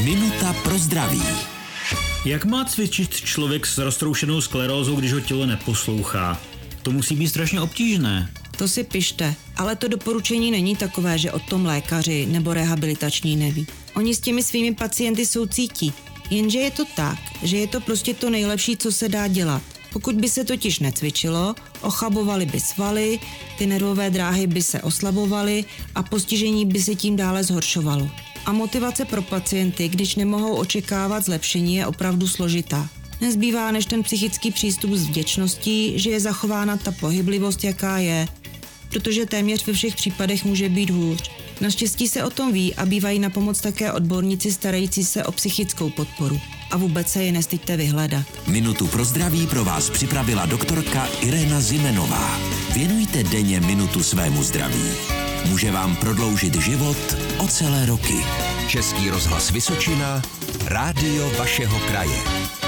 Minuta pro zdraví. Jak má cvičit člověk s roztroušenou sklerózou, když ho tělo neposlouchá? To musí být strašně obtížné. To si pište, ale to doporučení není takové, že o tom lékaři nebo rehabilitační neví. Oni s těmi svými pacienty soucítí, jenže je to tak, že je to prostě to nejlepší, co se dá dělat. Pokud by se totiž necvičilo, ochabovaly by svaly, ty nervové dráhy by se oslabovaly a postižení by se tím dále zhoršovalo. A motivace pro pacienty, když nemohou očekávat zlepšení, je opravdu složitá. Nezbývá než ten psychický přístup s vděčností, že je zachována ta pohyblivost, jaká je, protože téměř ve všech případech může být hůř. Naštěstí se o tom ví a bývají na pomoc také odborníci starající se o psychickou podporu. A vůbec se je nestyďte vyhledat. Minutu pro zdraví pro vás připravila doktorka Irena Zimenová. Věnujte denně minutu svému zdraví. Může vám prodloužit život o celé roky. Český rozhlas Vysočina, rádio vašeho kraje.